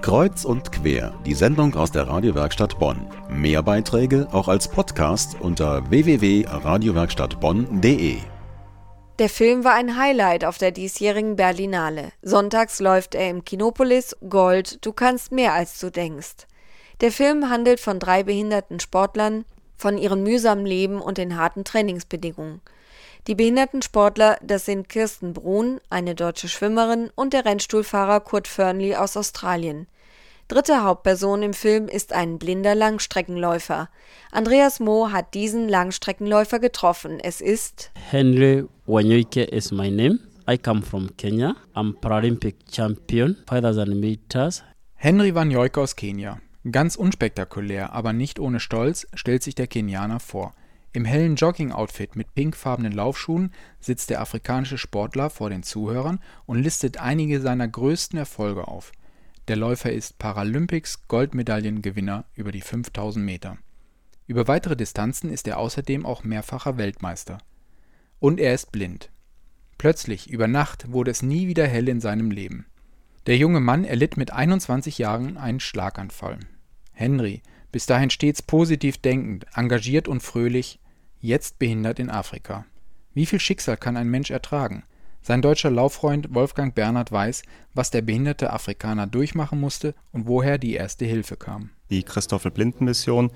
Kreuz und quer, die Sendung aus der Radiowerkstatt Bonn. Mehr Beiträge auch als Podcast unter www.radiowerkstattbonn.de. Der Film war ein Highlight auf der diesjährigen Berlinale. Sonntags läuft er im Kinopolis. Gold, du kannst mehr als du denkst. Der Film handelt von 3 behinderten Sportlern, von ihrem mühsamen Leben und den harten Trainingsbedingungen. Die behinderten Sportler, das sind Kirsten Bruhn, eine deutsche Schwimmerin, und der Rennstuhlfahrer Kurt Fearnley aus Australien. Dritte Hauptperson im Film ist ein blinder Langstreckenläufer. Andreas Moh hat diesen Langstreckenläufer getroffen. Es ist Henry Wanyoike is my name. I come from Kenya. I'm Paralympic champion, 5000 meters. Henry Wanyoike aus Kenia. Ganz unspektakulär, aber nicht ohne Stolz, stellt sich der Kenianer vor. Im hellen Jogging-Outfit mit pinkfarbenen Laufschuhen sitzt der afrikanische Sportler vor den Zuhörern und listet einige seiner größten Erfolge auf. Der Läufer ist Paralympics-Goldmedaillengewinner über die 5000 Meter. Über weitere Distanzen ist er außerdem auch mehrfacher Weltmeister. Und er ist blind. Plötzlich, über Nacht, wurde es nie wieder hell in seinem Leben. Der junge Mann erlitt mit 21 Jahren einen Schlaganfall. Henry, bis dahin stets positiv denkend, engagiert und fröhlich, jetzt behindert in Afrika. Wie viel Schicksal kann ein Mensch ertragen? Sein deutscher Lauffreund Wolfgang Bernhard weiß, was der behinderte Afrikaner durchmachen musste und woher die erste Hilfe kam. Die Christoffel-Blinden-Mission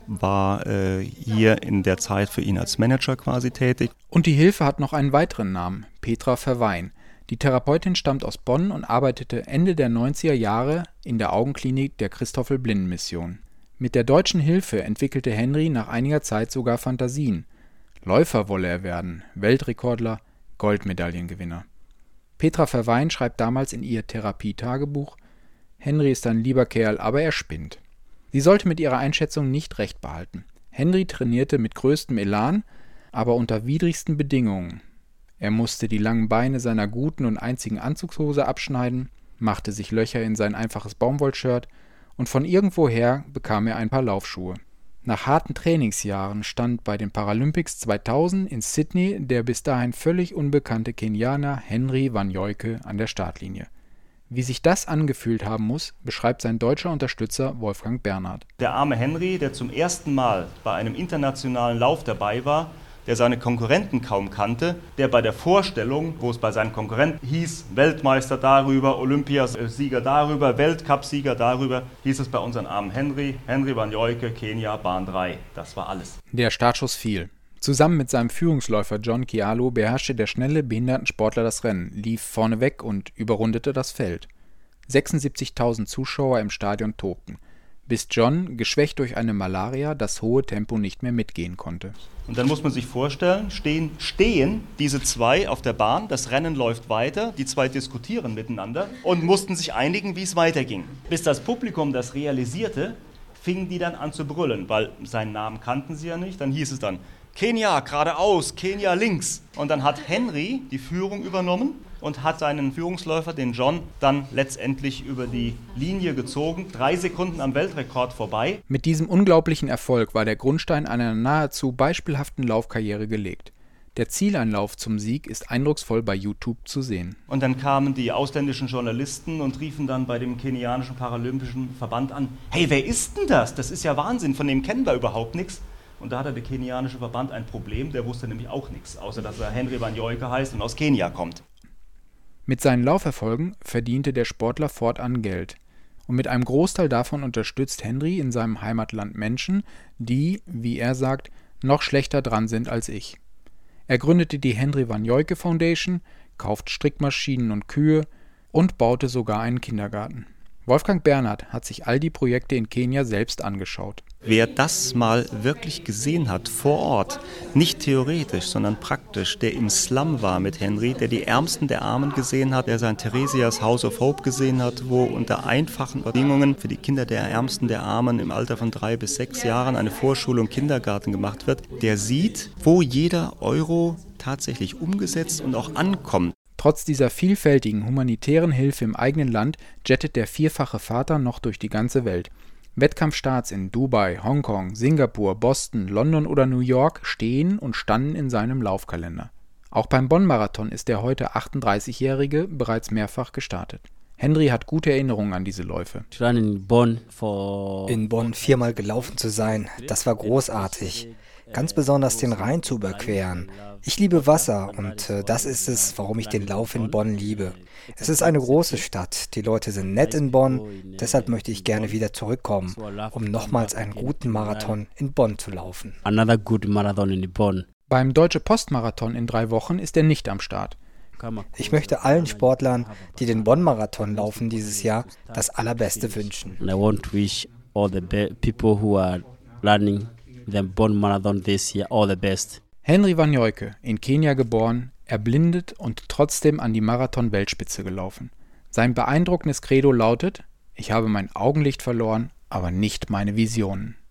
war hier in der Zeit für ihn als Manager quasi tätig. Und die Hilfe hat noch einen weiteren Namen, Petra Verwein. Die Therapeutin stammt aus Bonn und arbeitete Ende der 90er Jahre in der Augenklinik der Christoffel-Blinden-Mission. Mit der deutschen Hilfe entwickelte Henry nach einiger Zeit sogar Fantasien. Läufer wolle er werden, Weltrekordler, Goldmedaillengewinner. Petra Verwein schreibt damals in ihr Therapietagebuch: Henry ist ein lieber Kerl, aber er spinnt. Sie sollte mit ihrer Einschätzung nicht recht behalten. Henry trainierte mit größtem Elan, aber unter widrigsten Bedingungen. Er musste die langen Beine seiner guten und einzigen Anzugshose abschneiden, machte sich Löcher in sein einfaches Baumwollshirt und von irgendwoher bekam er ein paar Laufschuhe. Nach harten Trainingsjahren stand bei den Paralympics 2000 in Sydney der bis dahin völlig unbekannte Kenianer Henry Wanyoike an der Startlinie. Wie sich das angefühlt haben muss, beschreibt sein deutscher Unterstützer Wolfgang Bernhard. Der arme Henry, der zum ersten Mal bei einem internationalen Lauf dabei war, der seine Konkurrenten kaum kannte, der bei der Vorstellung, wo es bei seinen Konkurrenten hieß, Weltmeister darüber, Olympiasieger darüber, Weltcupsieger darüber, hieß es bei unserem armen Henry Wanyoike, Kenia, Bahn 3. Das war alles. Der Startschuss fiel. Zusammen mit seinem Führungsläufer John Kialo beherrschte der schnelle Behindertensportler das Rennen, lief vorneweg und überrundete das Feld. 76.000 Zuschauer im Stadion tobten, bis John, geschwächt durch eine Malaria, das hohe Tempo nicht mehr mitgehen konnte. Und dann muss man sich vorstellen, stehen diese zwei auf der Bahn, das Rennen läuft weiter, die zwei diskutieren miteinander und mussten sich einigen, wie es weiterging. Bis das Publikum das realisierte, fingen die dann an zu brüllen, weil seinen Namen kannten sie ja nicht. Dann hieß es dann, Kenia geradeaus, Kenia links. Und dann hat Henry die Führung übernommen und hat seinen Führungsläufer, den John, dann letztendlich über die Linie gezogen, 3 Sekunden am Weltrekord vorbei. Mit diesem unglaublichen Erfolg war der Grundstein einer nahezu beispielhaften Laufkarriere gelegt. Der Zieleinlauf zum Sieg ist eindrucksvoll bei YouTube zu sehen. Und dann kamen die ausländischen Journalisten und riefen dann bei dem kenianischen Paralympischen Verband an, hey, wer ist denn das? Das ist ja Wahnsinn, von dem kennen wir überhaupt nichts. Und da hatte der kenianische Verband ein Problem, der wusste nämlich auch nichts, außer dass er Henry Wanyoike heißt und aus Kenia kommt. Mit seinen Lauferfolgen verdiente der Sportler fortan Geld. Und mit einem Großteil davon unterstützt Henry in seinem Heimatland Menschen, die, wie er sagt, noch schlechter dran sind als ich. Er gründete die Henry Wanyoike Foundation, kauft Strickmaschinen und Kühe und baute sogar einen Kindergarten. Wolfgang Bernhard hat sich all die Projekte in Kenia selbst angeschaut. Wer das mal wirklich gesehen hat, vor Ort, nicht theoretisch, sondern praktisch, der im Slum war mit Henry, der die Ärmsten der Armen gesehen hat, der sein Theresias House of Hope gesehen hat, wo unter einfachen Bedingungen für die Kinder der Ärmsten der Armen im Alter von 3 bis 6 Jahren eine Vorschule und Kindergarten gemacht wird, der sieht, wo jeder Euro tatsächlich umgesetzt und auch ankommt. Trotz dieser vielfältigen humanitären Hilfe im eigenen Land jettet der vierfache Vater noch durch die ganze Welt. Wettkampfstarts in Dubai, Hongkong, Singapur, Boston, London oder New York stehen und standen in seinem Laufkalender. Auch beim Bonn-Marathon ist der heute 38-Jährige bereits mehrfach gestartet. Henry hat gute Erinnerungen an diese Läufe. In Bonn 4-mal gelaufen zu sein, das war großartig. Ganz besonders den Rhein zu überqueren. Ich liebe Wasser und das ist es, warum ich den Lauf in Bonn liebe. Es ist eine große Stadt, die Leute sind nett in Bonn, deshalb möchte ich gerne wieder zurückkommen, um nochmals einen guten Marathon in Bonn zu laufen. Another good marathon in Bonn. Beim Deutsche Postmarathon in 3 Wochen ist er nicht am Start. Ich möchte allen Sportlern, die den Bonn-Marathon laufen dieses Jahr, das Allerbeste wünschen. And I want to wish all the people who are running the Bonn Marathon this year all the best. Henry Wanyoike, in Kenia geboren, erblindet und trotzdem an die Marathon-Weltspitze gelaufen. Sein beeindruckendes Credo lautet: Ich habe mein Augenlicht verloren, aber nicht meine Visionen.